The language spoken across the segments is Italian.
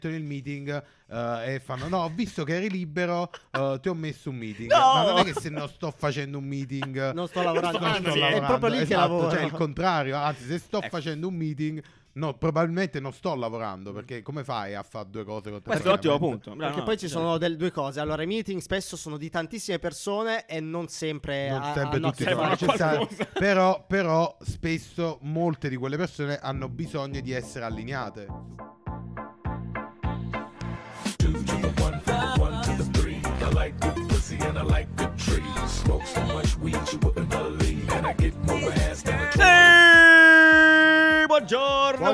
nel meeting e fanno no, ho visto che eri libero, ti ho messo un meeting. No! Ma non è che se non sto facendo un meeting Non sto lavorando, non anzi, sto è lavorando. proprio lì che Esatto, lavoro. cioè il contrario, anzi se sto Ecco. facendo un meeting no, probabilmente non sto lavorando, perché come fai a fare due cose Questo è un ottimo contemporaneamente? punto. Perché poi ci sono due cose. Allora, i meeting spesso sono di tantissime persone e non sempre, Non sempre hanno tutti a che sono fare. servono necessari, qualcosa. però spesso molte di quelle persone hanno bisogno di essere allineate. Two to the one, from the one to the three. I like good pussy and I like good trees. Smoke so much weed you wouldn't believe, and I get more ass than a Buongiorno,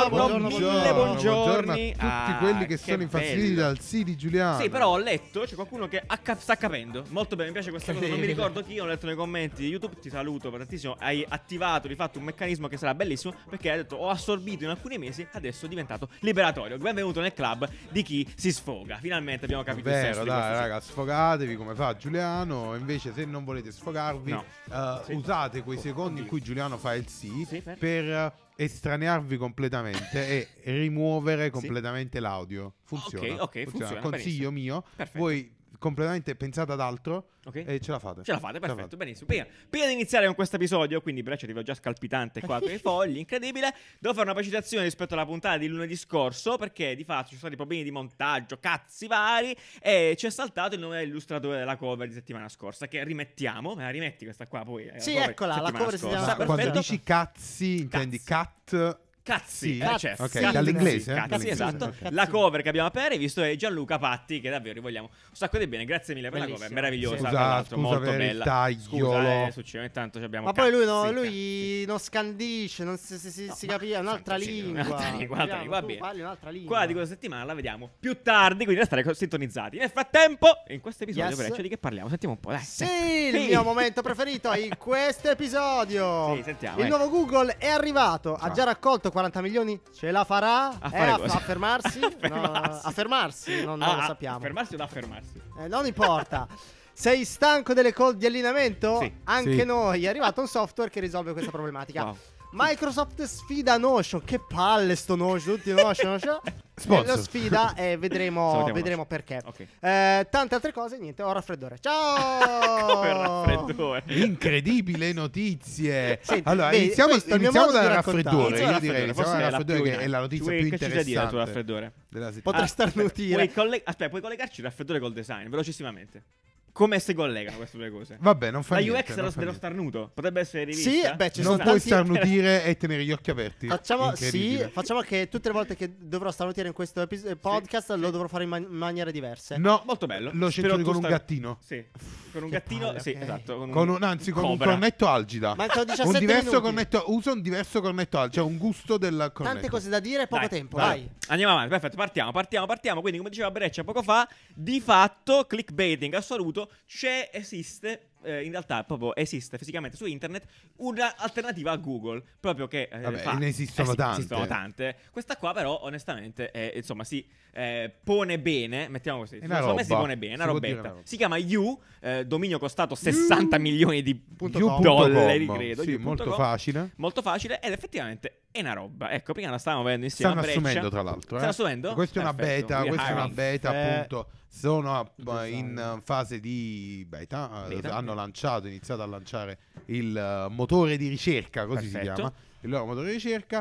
mille buongiorni a tutti quelli che sono infastiditi bello. dal sì di Giuliano. Sì, però ho letto, c'è qualcuno che sta capendo. Molto bene, mi piace questa cosa. Non mi ricordo chi, ho letto nei commenti di YouTube. Ti saluto tantissimo. Hai attivato, rifatto un meccanismo che sarà bellissimo, perché hai detto ho assorbito in alcuni mesi, adesso è diventato liberatorio. Benvenuto nel club di chi si sfoga. Finalmente abbiamo capito il senso Vero, di dai, questo. raga, sfogatevi come fa Giuliano. Invece, se non volete sfogarvi, No. Sì. usate quei secondi in cui Giuliano fa il sì, Sì, per estranearvi completamente e rimuovere completamente l'audio. Funziona. Ok, funziona, Consiglio benissimo. mio, Perfetto. voi completamente pensate ad altro Ok. e ce la fate. Ce la fate, perfetto, benissimo. Prima di iniziare con questo episodio, quindi Breccia ti vedo già scalpitante qua con i fogli, incredibile. Devo fare una precisazione rispetto alla puntata di lunedì scorso, perché di fatto ci sono stati problemi di montaggio, cazzi vari, e ci è saltato il nome dell'illustratore della cover di settimana scorsa, che rimettiamo. Me la rimetti questa qua poi? Sì, eccola, la cover di settimana Ma scorsa. quando Perfetto. dici cazzi, intendi cat? Cazzi, Sì. certo. Ok, Cazzi, dall'inglese? Cazzi, Dall'inglese, esatto. ok. La cover che abbiamo appena visto è Gianluca Patti, che davvero vogliamo un sacco di bene. Grazie mille per la cover, Bellissima. meravigliosa. Scusa- tra l'altro, scusa molto per il bella. taglio. Scusa, succede, tanto abbiamo Ma poi lui, cazzi, lui non scandisce, non si capisce, è un'altra sì, lingua. un'altra lingua, va Tu bene. parli un'altra lingua. Qua di questa settimana la vediamo più tardi, quindi restare sintonizzati. Nel frattempo, in questo episodio, Yes. Breccia, di che parliamo? Sentiamo un po', dai. Sì, il mio momento preferito in questo episodio. Sì, sentiamo, Il nuovo Google è arrivato, ha Ciao. già raccolto 40 milioni, ce la farà? A fare cosa? Affermarsi? No, affermarsi, non lo sappiamo. Affermarsi o da affermarsi? Non importa. Sei stanco delle call di allineamento? Sì. Anche Sì. noi. È arrivato un software che risolve questa problematica. Wow. Microsoft sfida Notion. Che palle sto Notion, tutti Notion. Sponsor. Lo sfida e vedremo Salutiamo perché. Ok. Tante altre cose, niente, ho raffreddore. Ciao! Come raffreddore. Incredibili notizie. Senti, Allora, vedi, iniziamo questo è il mio dal modo di raccontare. raffreddore. Inizia Io direi iniziamo dal raffreddore, che è la notizia più Che ci sai dire sul interessante raffreddore? della settimana. Potrei starnutire. Aspetta, puoi collegarci il raffreddore col design, velocissimamente. Come si collegano queste due cose? Vabbè, non fa La niente. UX dello starnuto potrebbe essere rivista? Sì, beh, ci Non sono puoi tanti... starnutire e tenere gli occhi aperti. Facciamo Incredibile. che tutte le volte che dovrò starnutire in questo podcast lo dovrò fare in maniere diverse. No, Molto bello. lo Spero censuri tu con un sta- gattino. Sì, con un Che gattino, palle, sì, ok. esatto. Con un cobra. cornetto algida. Mancano 17 Un diverso minuti. cornetto. Usa un diverso cornetto algido. Cioè un gusto del cornetto. Tante cose da dire e poco Dai, tempo, vai. vai. Andiamo avanti, perfetto, partiamo. Quindi, come diceva Breccia poco fa, di fatto, clickbaiting assoluto, esiste, in realtà proprio esiste fisicamente su internet un'alternativa a Google, proprio che Vabbè, ne esistono tante. Esistono tante. Questa qua però, onestamente, insomma, si pone bene, mettiamo così. È una Secondo me si roba. pone bene, è una Si può dire robetta. una roba. Si chiama You, dominio costato 60 milioni di .com. dollari, credo. Sì, You.com. molto facile. Molto facile ed effettivamente è una roba. Ecco, prima la stavamo vedendo insieme Stanno a Breccia. assumendo, tra l'altro. Stanno assumendo? Questa è una Perfetto. beta. We're Questa è una hiring. beta, appunto. Sono in Design. fase di beta. Beta. Hanno iniziato a lanciare il motore di ricerca, così si Perfetto. chiama. Il loro motore di ricerca.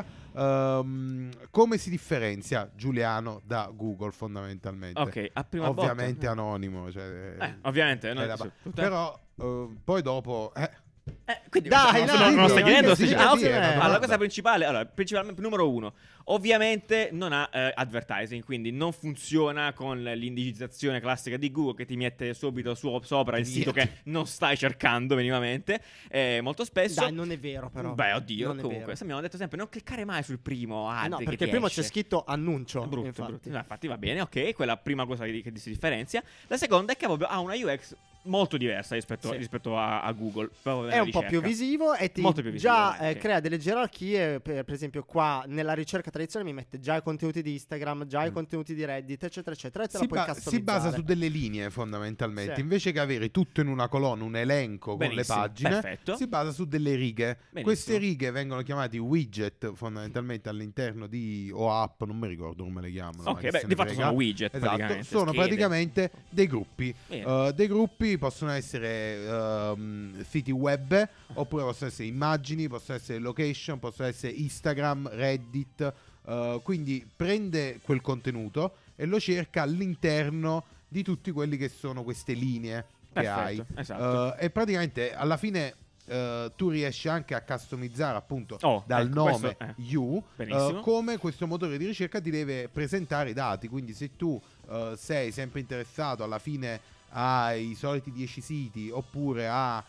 Come si differenzia Giuliano da Google, fondamentalmente? Ok, a prima Ovviamente botta. anonimo. Cioè, Ovviamente. è no, la sì, ba- tutta- Però poi dopo. quindi Dai, non dai, lo stai dai, chiedendo? dai, Sì, dai, ok. dai, dai, Allora, la dai. cosa principale, principalmente numero uno, ovviamente non ha advertising, quindi non funziona con l'indicizzazione classica di Google che ti mette subito sopra il sito che non stai cercando minimamente. Molto spesso. Dai, non è vero però. Beh, oddio, Non è comunque, vero. abbiamo detto sempre non cliccare mai sul primo ad No, che perché ti prima esce. c'è scritto annuncio. È brutto, infatti. brutto. No, infatti va bene, ok, quella prima cosa che si differenzia. La seconda è che proprio ha una UX molto diversa rispetto a Google. È un po' più visivo e Molto più visivo, già sì. crea delle gerarchie. Per esempio, qua nella ricerca tradizionale mi mette già i contenuti di Instagram, già i contenuti di Reddit, eccetera, eccetera. E te la puoi Si customizzare. basa su delle linee fondamentalmente. Sì. Invece che avere tutto in una colonna, un elenco con le Benissimo, pagine, perfetto. si basa su delle righe. Benissimo. Queste righe vengono chiamate widget fondamentalmente all'interno di o app, non mi ricordo come le chiamano. ma Ok, chi beh, se ne di fatto frega. sono widget, Esatto, praticamente, sono schede. praticamente dei gruppi. Bene. Dei gruppi possono essere siti web, oppure possono essere immagini, possono essere location, possono essere Instagram, Reddit. Quindi prende quel contenuto e lo cerca all'interno di tutti quelli che sono queste linee che Perfetto, hai. esatto. E praticamente alla fine tu riesci anche a customizzare appunto dal ecco, nome questo, You benissimo. come questo motore di ricerca ti deve presentare i dati. Quindi se tu sei sempre interessato alla fine ai soliti 10 siti oppure a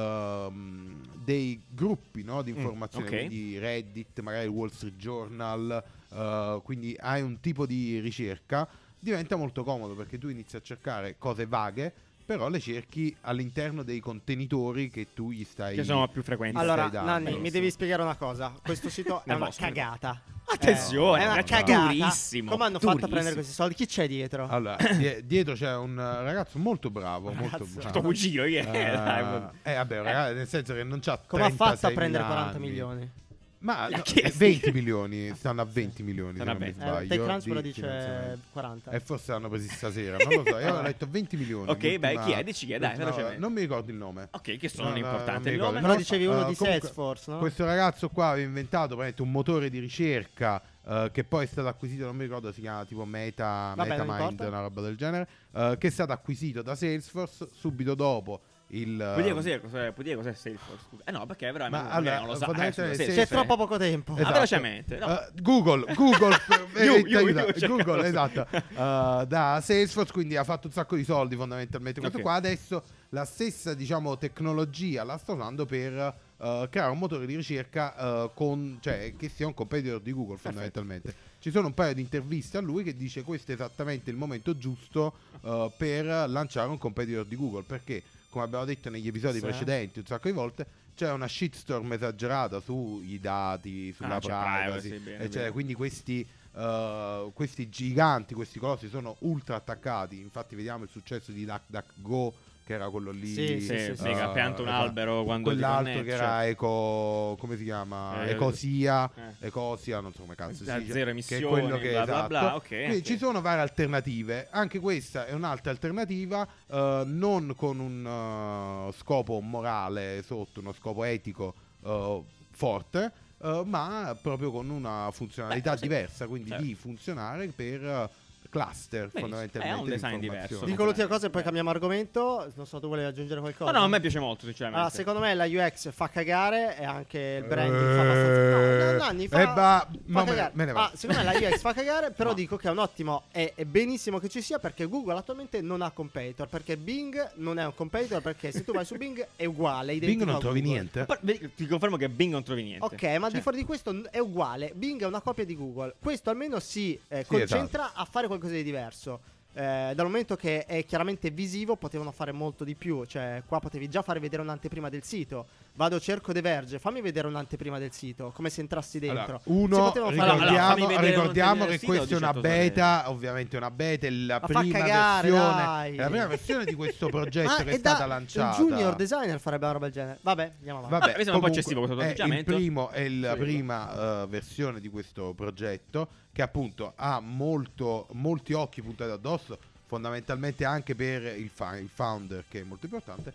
dei gruppi, no, di informazioni, ok. quindi Reddit, magari Wall Street Journal, quindi hai un tipo di ricerca, diventa molto comodo perché tu inizi a cercare cose vaghe, però le cerchi all'interno dei contenitori che tu gli stai, Che sono più frequenti. Allora, stai dando. Nanni, mi Benissimo. devi spiegare una cosa. Questo sito è Nel una vostro. cagata. Attenzione, è una ragazzi, cagata. durissimo, Come hanno fatto a durissimo. prendere questi soldi? Chi c'è dietro? Allora, dietro c'è un ragazzo molto bravo, molto Ragazzo. bravo. Tuo cugino, chi è? Dai, Vabbè, ragazzi, nel senso che non c'ha Come ha fatto a 36.000 prendere 40 anni. milioni? Ma L'ha no, chiesto. 20 milioni, stanno a 20 milioni Stanno se a non mi 20. sbaglio. TechCrunch me lo di dice finanziamento. 40. E forse l'hanno presi stasera, non lo so. Io avevo detto 20 milioni. Ok, beh, l'ultima- chi è? Dici chi è, dai, l'ultima- velocemente. Non mi ricordo il nome. Ok, che sono No, no, importanti. non mi Il ricordo. nome? Però dicevi uno di comunque, Salesforce, no? Questo ragazzo qua aveva inventato praticamente un motore di ricerca che poi è stato acquisito, non mi ricordo, si chiama tipo Vabbè, non MetaMind, importa. una roba del genere, che è stato acquisito da Salesforce subito dopo il... Puoi dire cos'è Salesforce? Scusa. No, perché però Ma magari allora, non lo sa. fondamentalmente C'è troppo poco tempo. Esatto. Velocemente. No. Google Io cerco Google, lo esatto. Da Salesforce, quindi ha fatto un sacco di soldi fondamentalmente. Questo Ok. qua adesso la stessa, diciamo, tecnologia la sta usando per creare un motore di ricerca cioè, che sia un competitor di Google fondamentalmente. Ci sono un paio di interviste a lui che dice questo è esattamente il momento giusto per lanciare un competitor di Google, perché come abbiamo detto negli episodi Sì. precedenti un sacco di volte, c'è una shitstorm esagerata sui dati, sulla c'è privacy, privacy, bene, eccetera. bene. Quindi questi giganti, questi colossi sono ultra attaccati. Infatti vediamo il successo di DuckDuckGo, che era quello lì, Sì, Sì, che pianta un esatto. albero quando ti quell'altro connetti, che era come si chiama? Ecosia, non so come cazzo Da si dice, zero che è emissioni, quello che bla, bla, esatto. bla, ok, Quindi ok. ci sono varie alternative. Anche questa è un'altra alternativa, non con un scopo morale sotto, uno scopo etico forte, ma proprio con una funzionalità sì. diversa, quindi Certo. di funzionare per cluster Benissimo. fondamentalmente. È un di design informazioni. diverso. Dico l'ultima cosa e poi cambiamo argomento. Non so, tu volevi aggiungere qualcosa? No, a me piace molto, sinceramente. Allora, secondo me la UX fa cagare e anche il branding fa abbastanza. No, Nanni fa cagare. me ne vado. Secondo me la UX fa cagare, però No. dico che è un ottimo. È benissimo che ci sia perché Google attualmente non ha competitor. Perché Bing non è un competitor. Perché se tu vai su Bing è uguale. Bing identico non a trovi Google. niente. Ti confermo che Bing non trovi niente. Ok, ma di fuori di questo è uguale. Bing è una copia di Google. Questo almeno si Sì, concentra a fare qualcosa di diverso. Dal momento che è chiaramente visivo, potevano fare molto di più. Cioè, qua potevi già fare vedere un'anteprima del sito. Vado, cerco The Verge, fammi vedere un'anteprima del sito, come se entrassi dentro. Allora, Si potevano fare- fammi vedere ricordiamo un che sito, questa è una dice beta, ovviamente una beta, è la Ma fa prima cagare, versione, dai. è la prima versione di questo progetto Ah, che è e stata da lanciata. un junior designer farebbe una roba del genere. Vabbè, andiamo avanti. Vabbè, mi sembra un po' comunque, eccessivo questo è atteggiamento. è la Sì. prima versione di questo progetto che appunto ha molti occhi puntati addosso, fondamentalmente anche per il founder, che è molto importante.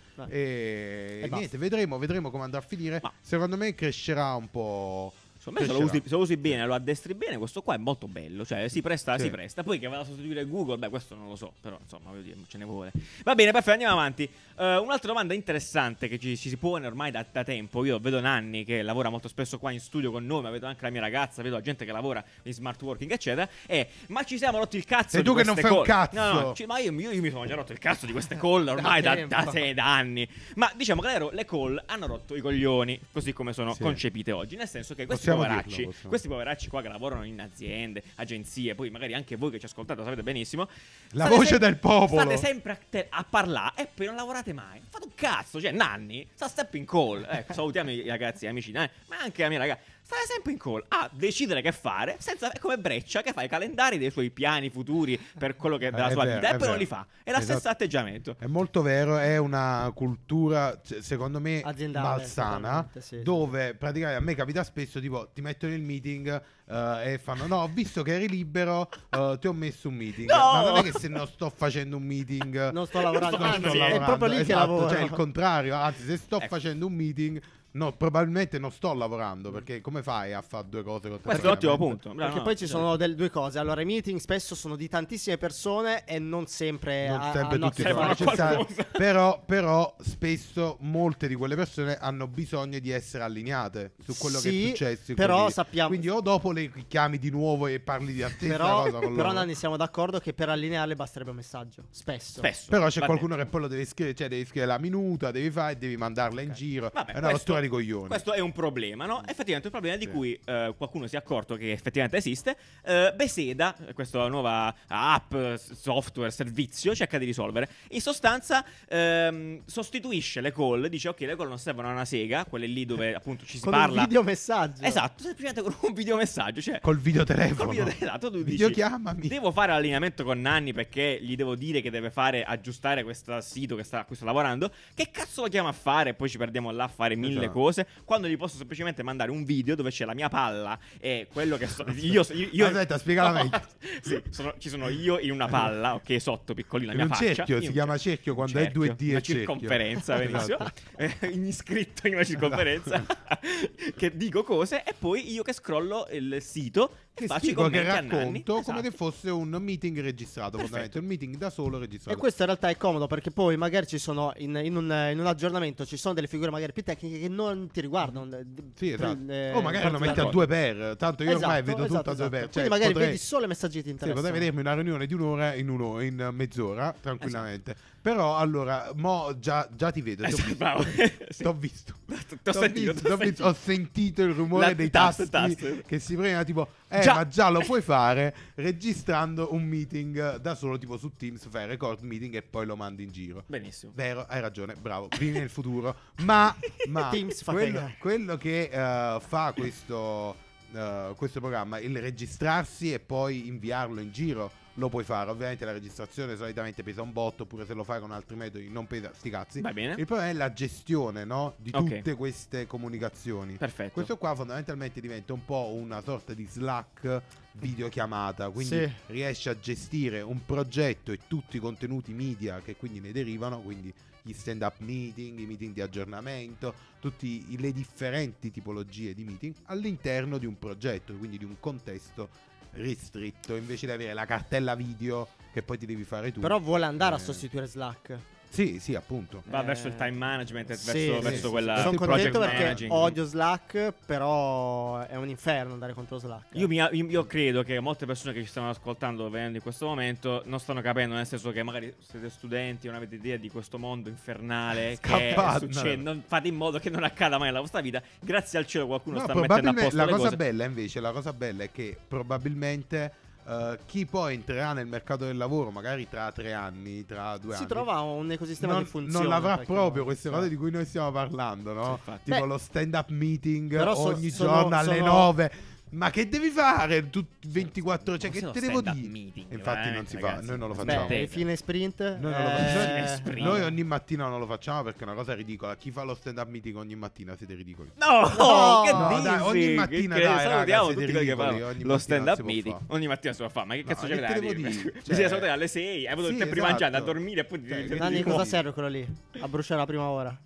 E basta. niente, vedremo come andrà a finire. Ma- Secondo me crescerà un po'. Secondo me se lo usi bene, lo addestri bene, questo qua è molto bello. Cioè, si presta. Poi che vada a sostituire Google, beh, questo non lo so. Però, insomma, voglio dire, ce ne vuole. Va bene, perfetto, andiamo avanti. Un'altra domanda interessante che ci si pone ormai da tempo. Io vedo Nanni che lavora molto spesso qua in studio con noi, ma vedo anche la mia ragazza, vedo la gente che lavora in smart working, eccetera. Ma ci siamo rotti il cazzo Sei di tu che non queste fai un call. cazzo. No, ma io mi sono già rotto il cazzo di queste call ormai da anni. Ma diciamo che le call hanno rotto i coglioni, così come sono Sì. concepite oggi. Nel senso che questi Possiamo poveracci. dirlo, possiamo. Questi poveracci qua che lavorano in aziende, agenzie, poi magari anche voi che ci ascoltate lo sapete benissimo. La state voce del popolo. State sempre a parlare e poi non lavorate mai. Fate un cazzo, cioè Nanni sta sempre in call. Ecco, salutiamo i ragazzi, gli amici, ma anche la mia ragazza. Stai sempre in call a decidere che fare, senza, è come Breccia che fa i calendari dei suoi piani futuri per quello che è della È sua vero, vita è e poi vero. non li fa. È lo stesso Esatto. atteggiamento. È molto vero, è una cultura, secondo me, Aziendale, malsana, totalmente, sì. dove praticamente a me capita spesso, tipo, ti mettono il meeting e fanno, no, ho visto che eri libero, ti ho messo un meeting. No! Ma non è che se non sto facendo un meeting... Non sto lavorando, Non sto anzi, è lavorando, proprio lì che esatto, lavoro. cioè il contrario, anzi se sto Ecco. facendo un meeting... No, probabilmente non sto lavorando, perché come fai a fare due cose Questo è un ottimo punto. Bravo, Perché no, poi ci cioè, sono due cose. Allora, i meeting spesso sono di tantissime persone e non sempre, Non sempre hanno tutti a che sono servono fare. a necessari, qualcosa. però spesso molte di quelle persone hanno bisogno di essere allineate su quello che Sì, è successo in però quelli- sappiamo- quindi o dopo le chiami di nuovo e parli di attesa Però, cosa con però loro. Nanni, siamo d'accordo che per allinearle basterebbe un messaggio. Spesso. spesso. Però c'è Va qualcuno bene. che poi lo deve scrivere, cioè devi scrivere la minuta, devi fare e devi mandarla in giro. Vabbè, è una rottura di coglioni. Questo è un problema, no? Effettivamente un problema di Sì. cui qualcuno si è accorto che effettivamente esiste. Beseda, questa nuova app, software, servizio, cerca di risolvere. In sostanza sostituisce le call, dice ok, le call non servono a una sega, quelle lì dove appunto ci si Con parla. un videomessaggio. Esatto, semplicemente con un videomessaggio, cioè Col videotelefono. esatto, tu dici Videochiamami. devo fare l'allineamento con Nanni perché gli devo dire che deve fare aggiustare questo sito a cui sto lavorando. Che cazzo lo chiamo a fare? E poi ci perdiamo là a fare mille Esatto. cose. Quando gli posso semplicemente mandare un video dove c'è la mia palla e quello che io Aspetta, spiegala meglio. Sì, ci sono io in una palla, ok, sotto piccolina la In mia un faccia. cerchio, in si un chiama cerchio quando è 2D una è cerchio. circonferenza, benissimo. Esatto. Iscritto in una circonferenza che dico cose e poi io che scrollo il sito e Che faccio i spiego, che commenti a Nanni. racconto come se Esatto. fosse un meeting registrato, Perfetto. fondamentalmente un meeting da solo registrato. E questo in realtà è comodo perché poi magari ci sono in un aggiornamento ci sono delle figure magari più tecniche che non ti riguardano. Sì, esatto. O magari parti lo metti da- a 2x, tanto io ormai vedo tutto a 2x. Quindi Cioè, magari potrei- vedi solo i messaggi che ti Sì, interessano. potrei vedermi una riunione di un'ora in mezz'ora, tranquillamente. Però allora, mo già ti vedo, ti ho Esatto, visto. bravo. Sì. T'ho visto. T'ho sentito, visto, t'ho t'ho visto, sentito. ho sentito il rumore La- dei taste, tasti taste. che si premeva tipo Già. ma già lo puoi fare registrando un meeting da solo, tipo su Teams fai record meeting e poi lo mandi in giro. Benissimo. Vero, hai ragione, bravo, vivi nel futuro. Ma Teams fa quello, cagare. quello che fa questo programma, il registrarsi e poi inviarlo in giro, lo puoi fare. Ovviamente la registrazione solitamente pesa un botto, oppure se lo fai con altri metodi non pesa sti cazzi. Va bene. Il problema è la gestione, no? Di Ok. tutte queste comunicazioni. Perfetto. Questo qua fondamentalmente diventa un po' una sorta di Slack videochiamata, quindi Sì. riesce a gestire un progetto e tutti i contenuti media che quindi ne derivano, quindi gli stand up meeting, i meeting di aggiornamento, tutte le differenti tipologie di meeting all'interno di un progetto, quindi di un contesto ristretto, invece di avere la cartella video che poi ti devi fare tu. Però vuole andare a Eh, sostituire Slack. Sì, appunto. Va verso il time management, Sì, verso sì, quella Sono project contento perché managing. odio Slack, però è un inferno andare contro Slack. Io credo che molte persone che ci stanno ascoltando venendo in questo momento non stanno capendo, nel senso che magari siete studenti e non avete idea di questo mondo infernale che Scappate, succede, no. non fate in modo che non accada mai nella vostra vita. Grazie al cielo qualcuno No, sta mettendo a posto la le cosa cose. bella invece, la cosa bella è che probabilmente chi poi entrerà nel mercato del lavoro, magari tra 3 anni, tra 2 Si anni, trova un ecosistema non, che funziona. non avrà in qualche proprio modo. queste cose di cui noi stiamo parlando, Sì, no? infatti. Tipo Beh, lo stand up meeting però ogni sono- giorno alle sono- 9. Ma che devi fare? 24 ore, cioè Cos'è che lo te devo stand-up dire? meeting, Infatti non si fa, ragazzi? noi non lo Beh, facciamo. Aspetta. fine sprint. Noi non lo Fine facciamo. sprint. Noi ogni mattina non lo facciamo perché è una cosa ridicola. Chi fa lo stand up meeting ogni mattina siete ridicoli. No, No, che no, dici? dai, ogni mattina, Che dai, salutiamo raga, tutti siete quelli che ridicoli, fanno ogni lo mattina stand non up si può meeting. fare. Ogni mattina si può fare. Ma che No, cazzo che c'è te da devo dire? dire? Mi Cioè- sei salutato alle 6, hai avuto il Sì, tempo di mangiare, esatto. a dormire e poi Cioè, ti che Nanni, ti cosa dico? serve quello lì? A bruciare la prima ora.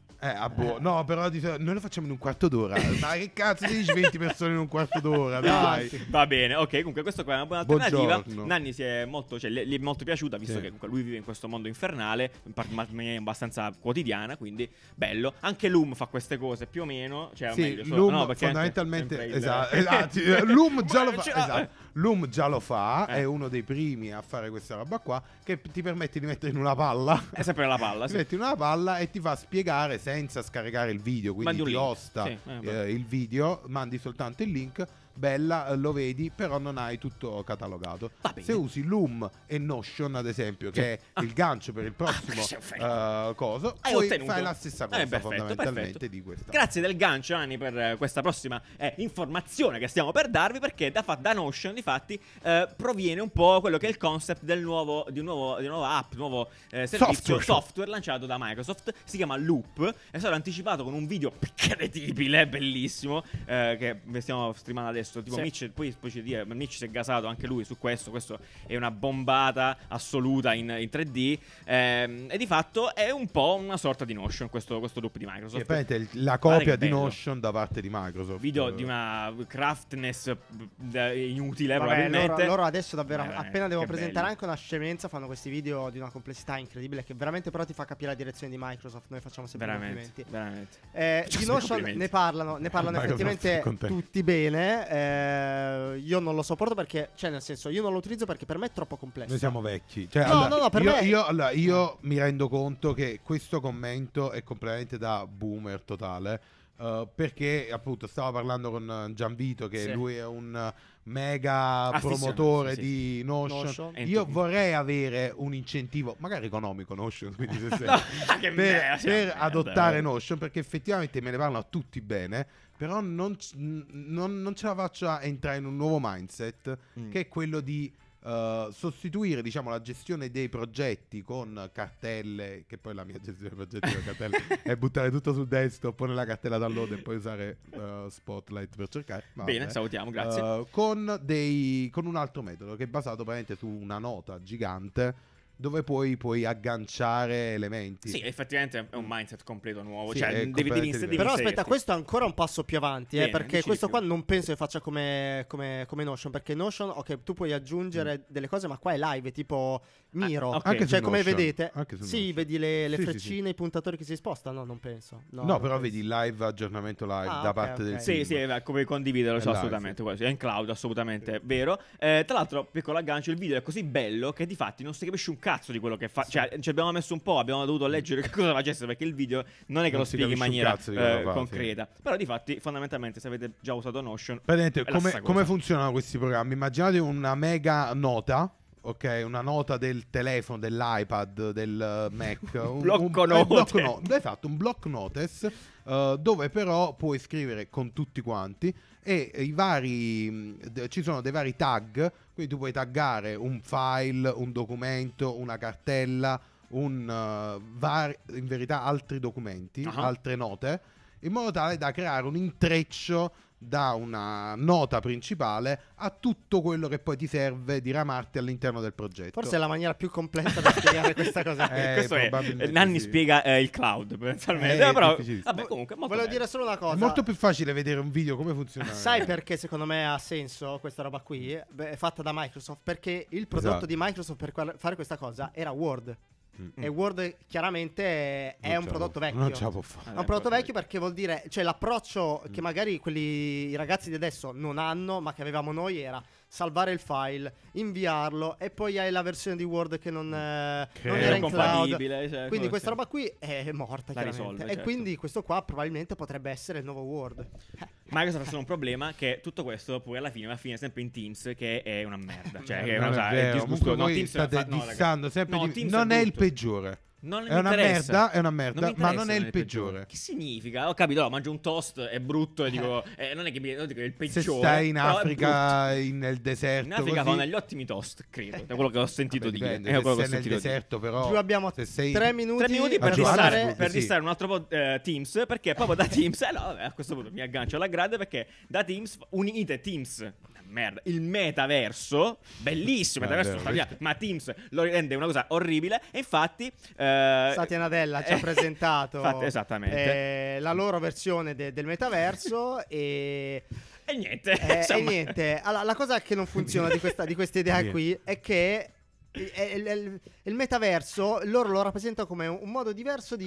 No, però noi lo facciamo in un quarto d'ora. Ma che cazzo ti dici 20 persone in un quarto d'ora? Dai. Va bene, ok, comunque questa qua è una buona alternativa. Buongiorno. Nanni si è molto, cioè, gli è molto piaciuta, visto Sì. che comunque lui vive in questo mondo infernale, in maniera abbastanza quotidiana, quindi bello. Anche Loom fa queste cose più o meno, cioè o Sì, meglio, Loom no, perché fondamentalmente anche sempre esatto, Loom già lo fa, Cioè, esatto. Loom già lo fa, Eh. è uno dei primi a fare questa roba qua, che ti permette di mettere in una palla. È sempre la palla, Ti sì. metti in una palla e ti fa spiegare senza scaricare il video, quindi Mandi un ti link. osta Sì, bello. il video, mandi soltanto il link. Bella, lo vedi, però non hai tutto catalogato. Va bene. Se usi Loom e Notion, ad esempio, che è il gancio per il prossimo sì, ok. coso, Hai poi ottenuto. fai la stessa cosa Perfetto, fondamentalmente perfetto. di questa. Grazie del gancio, Anni, per questa prossima informazione che stiamo per darvi, perché da Notion, difatti, proviene un po' quello che è il concept di nuova app, nuovo servizio software lanciato da Microsoft. Si chiama Loop. È stato anticipato con un video incredibile, bellissimo, che vi stiamo streamando adesso. Tipo Sì. Mitch, poi ci dire, Mitch si è gasato anche lui su questo. Questo è una bombata assoluta in 3D. E di fatto è un po' una sorta di Notion questo loop di Microsoft. Sì, praticamente la Guarda copia che di bello. Notion da parte di Microsoft. Video di una craftness inutile, Vabbè, probabilmente. loro adesso davvero, Veramente, appena devono che presentare bello. anche una scemenza, fanno questi video di una complessità incredibile che veramente però ti fa capire la direzione di Microsoft. Noi facciamo sempre Veramente, complimenti. veramente. Di Facciamo Notion complimenti. ne parlano Microsoft è effettivamente contento. tutti bene. Io non lo sopporto perché, cioè nel senso, io non lo utilizzo perché per me è troppo complesso. Noi siamo vecchi. Cioè, No, no, per me- io mi rendo conto che questo commento è completamente da boomer totale. Perché appunto stavo parlando con Gianvito, che Sì. lui è un mega Affezionato, promotore sì, sì. di Notion. Notion. Io vorrei avere un incentivo, magari economico, Notion, quindi se sei- No, che per, merda, siamo per merda. adottare Notion, perché effettivamente me ne parlano tutti bene, però non ce la faccio a entrare in un nuovo mindset, che è quello di sostituire, diciamo, la gestione dei progetti con cartelle, che poi la mia gestione dei progetti con cartelle è buttare tutto sul desktop, poi nella cartella download e poi usare Spotlight per cercare. Ma Bene, vabbè. salutiamo, grazie. Con un altro metodo che è basato praticamente su una nota gigante dove poi puoi agganciare elementi. Sì, effettivamente è un mindset completo nuovo. Sì, Cioè, è devi completamente inserire. diverso. Però aspetta, questo è ancora un passo più avanti, Bene, perché dici questo di qua più. non penso che faccia come Notion, perché Notion, ok, tu puoi aggiungere delle cose, ma qua è live, è tipo Miro. ok. Anche Cioè, su come Notion. vedete, Anche su sì, Notion. vedi le Sì, sì, freccine, i puntatori che si spostano? No, non penso. No, non però penso. vedi live, aggiornamento live Ah, da ok, parte del ok. Sì, team. sì, come condividere, È so, live. assolutamente. Questo è in cloud, assolutamente vero. Tra l'altro, piccolo aggancio, il video è così bello che di fatti non si capisce un cazzo di quello che fa. Cioè, ci abbiamo messo un po', abbiamo dovuto leggere che cosa facesse, perché il video non è che Non lo si spieghi in capisce un maniera cazzo di cosa fa, concreta. Però di fatti, fondamentalmente, se avete già usato Notion, Praticamente, è la stessa come cosa. funzionano questi programmi? Immaginate una mega nota. Ok, una nota del telefono, dell'iPad, del Mac. Blocco note. Esatto, un block notice dove però puoi scrivere con tutti quanti e ci sono dei vari tag, quindi tu puoi taggare un file, un documento, una cartella, in verità altri documenti, Ah. altre note, in modo tale da creare un intreccio da una nota principale a tutto quello che poi ti serve diramarti all'interno del progetto. Forse è la maniera più complessa per spiegare questa cosa. questo è probabilmente Nanni sì. spiega il cloud, potenzialmente. È però, difficilissimo. vabbè, comunque, molto Volevo bello. dire solo una cosa. È molto più facile vedere un video come funziona. Sai perché secondo me ha senso questa roba qui? Beh, è fatta da Microsoft. Perché il prodotto Esatto. di Microsoft per fare questa cosa era Word. Mm. E Word chiaramente è Non un ce la prodotto può- vecchio. Non ce la può fare. È un prodotto vecchio perché vuol dire, cioè l'approccio che magari i ragazzi di adesso non hanno, ma che avevamo noi, era salvare il file, inviarlo e poi hai la versione di Word che non era in cloud. compatibile, cioè, Quindi come questa se- roba qui è morta La chiaramente. risolve, E certo. quindi questo qua probabilmente potrebbe essere il nuovo Word. Microsoft ha solo un problema, che tutto questo poi alla fine va a finire sempre in Teams, che è una merda. Cioè, che è una Non cosa è vero. disgustosa. Comunque No, voi Teams state no, raga. dissando sempre No, di... Teams Non è il brutto. peggiore. Non È mi una interessa. merda, è una Non mi merda, ma interessa non è il il peggiore. Che significa? Ho capito, allora, mangio un toast, è brutto e dico, non è che non dico che è il peggiore. Se stai in però è Africa, nel deserto, brutto. In Africa così, fanno gli ottimi toast, credo, da quello che ho sentito vabbè, dire. dipende, È se quello che ho sei nel sentito dire. deserto, però Più abbiamo se sei 3 minuti, 3 minuti per Ah, dissare, Johannesburg, per sì. dissare un altro po' Teams, perché proprio da Teams, no, vabbè, a questo punto mi aggancio alla grande, perché da Teams unite Teams, merda, il metaverso, bellissimo, metaverso vero, sta via, ma Teams lo rende una cosa orribile, e infatti Satya Nadella ci ha presentato infatti, esattamente. la loro versione del metaverso e E niente, e insomma. niente. Allora, la cosa che non funziona di questa idea Niente. qui è che il metaverso loro lo rappresentano come un modo diverso di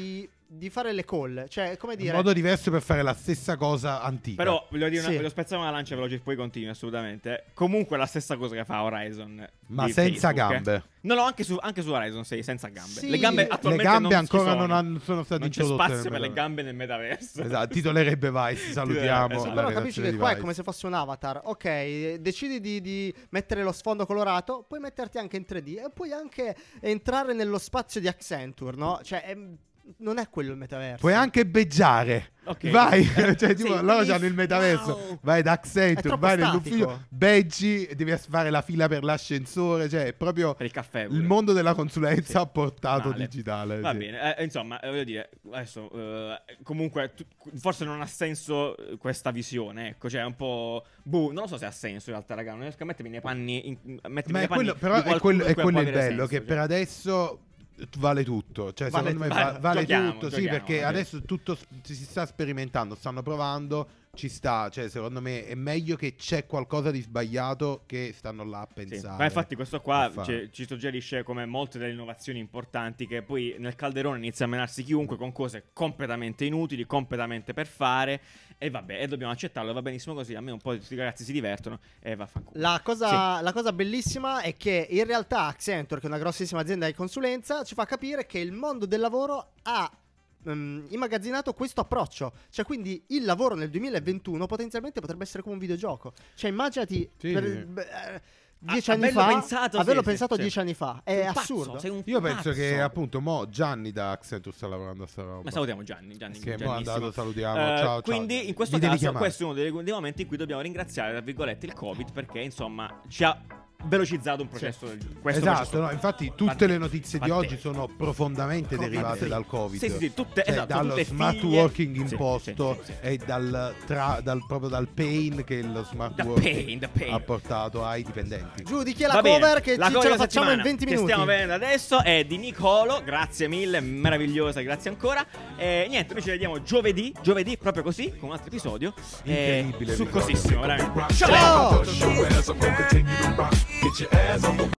di fare le call, cioè come dire Un modo diverso per fare la stessa cosa antica. Però voglio dire, Sì. voglio spezzare una lancia veloce, poi continui assolutamente. Comunque la stessa cosa che fa Horizon. Ma di senza Facebook, gambe. No, anche su Horizon 6 senza gambe. Sì. Le gambe Le attualmente le gambe non ancora ci sono. non sono state Non c'è introdotte spazio nel per le metaverso. gambe nel metaverso. Esatto, titolerebbe Vice, salutiamo. Esatto. la Però capisci redazione che di qua è Vice. come se fosse un avatar. Ok, decidi di mettere lo sfondo colorato, puoi metterti anche in 3D e puoi anche entrare nello spazio di Accenture, no? Cioè, non è quello il metaverso. Puoi anche beggiare. Ok. Vai, cioè tipo Sì, loro quindi- hanno il metaverso. Wow. Vai da È Accenture, troppo vai statico. nell'ufficio, beggi, devi fare la fila per l'ascensore, cioè è proprio Per il caffè. il pure. mondo della consulenza Sì. a portato Male. digitale. Va sì. bene, insomma, voglio dire, adesso comunque forse non ha senso questa visione, ecco, cioè è un po' non lo so se ha senso in realtà, raga, non riesco a mettermi nei panni mettermi Ma nei è panni quello, però di è qualcuno quello, in è cui quello può il avere bello, senso, che per adesso vale tutto, cioè Vale- secondo me vale- vale giochiamo, tutto, sì, giochiamo, perché ok. adesso tutto si sta sperimentando, stanno provando, ci sta, cioè secondo me è meglio che c'è qualcosa di sbagliato che stanno là a Sì, pensare. ma infatti questo qua a fare. ci suggerisce come molte delle innovazioni importanti che poi nel calderone inizia a menarsi chiunque con cose completamente inutili, completamente per fare, e vabbè, e dobbiamo accettarlo, va benissimo così, a me un po' questi ragazzi si divertono e vaffanculo. La cosa bellissima è che in realtà Accenture, che è una grossissima azienda di consulenza, ci fa capire che il mondo del lavoro ha immagazzinato questo approccio. Cioè, quindi il lavoro nel 2021 potenzialmente potrebbe essere come un videogioco. Cioè, immaginati Sì, sì. 10 anni averlo fa, pensato, averlo sì, pensato sì. 10 anni fa. Sei È un pazzo, assurdo. sei un Io penso pazzo. che appunto mo Gianni da Accenture sta lavorando a sta roba. Ma salutiamo Gianni Sì, mo è Giannissimo. andato, salutiamo. Eh, ciao, quindi ciao. in questo Mi devi caso chiamare. questo è uno dei momenti in cui dobbiamo ringraziare tra virgolette il Covid, perché insomma ci ha velocizzato un processo questo Esatto, processo. no, infatti tutte le notizie di Pazzesco. oggi sono profondamente derivate Sì. dal Covid. Sì, sì, tutte, Cioè, esatto, dallo tutte smart figlie. working Sì, imposto sì, sì, sì. e proprio dal pain che lo smart The working pain. ha portato ai dipendenti. Giù di chi è la Va bene, cover che la ce cover la della facciamo in settimana 20 che minuti. stiamo vedendo adesso è di Nicolo, grazie mille, meravigliosa, grazie ancora. Niente, noi ci vediamo giovedì proprio così, con un altro episodio. Incredibile Succosissimo, veramente. Rock Ciao! show as I'm gonna continue to rock. Get your ass on the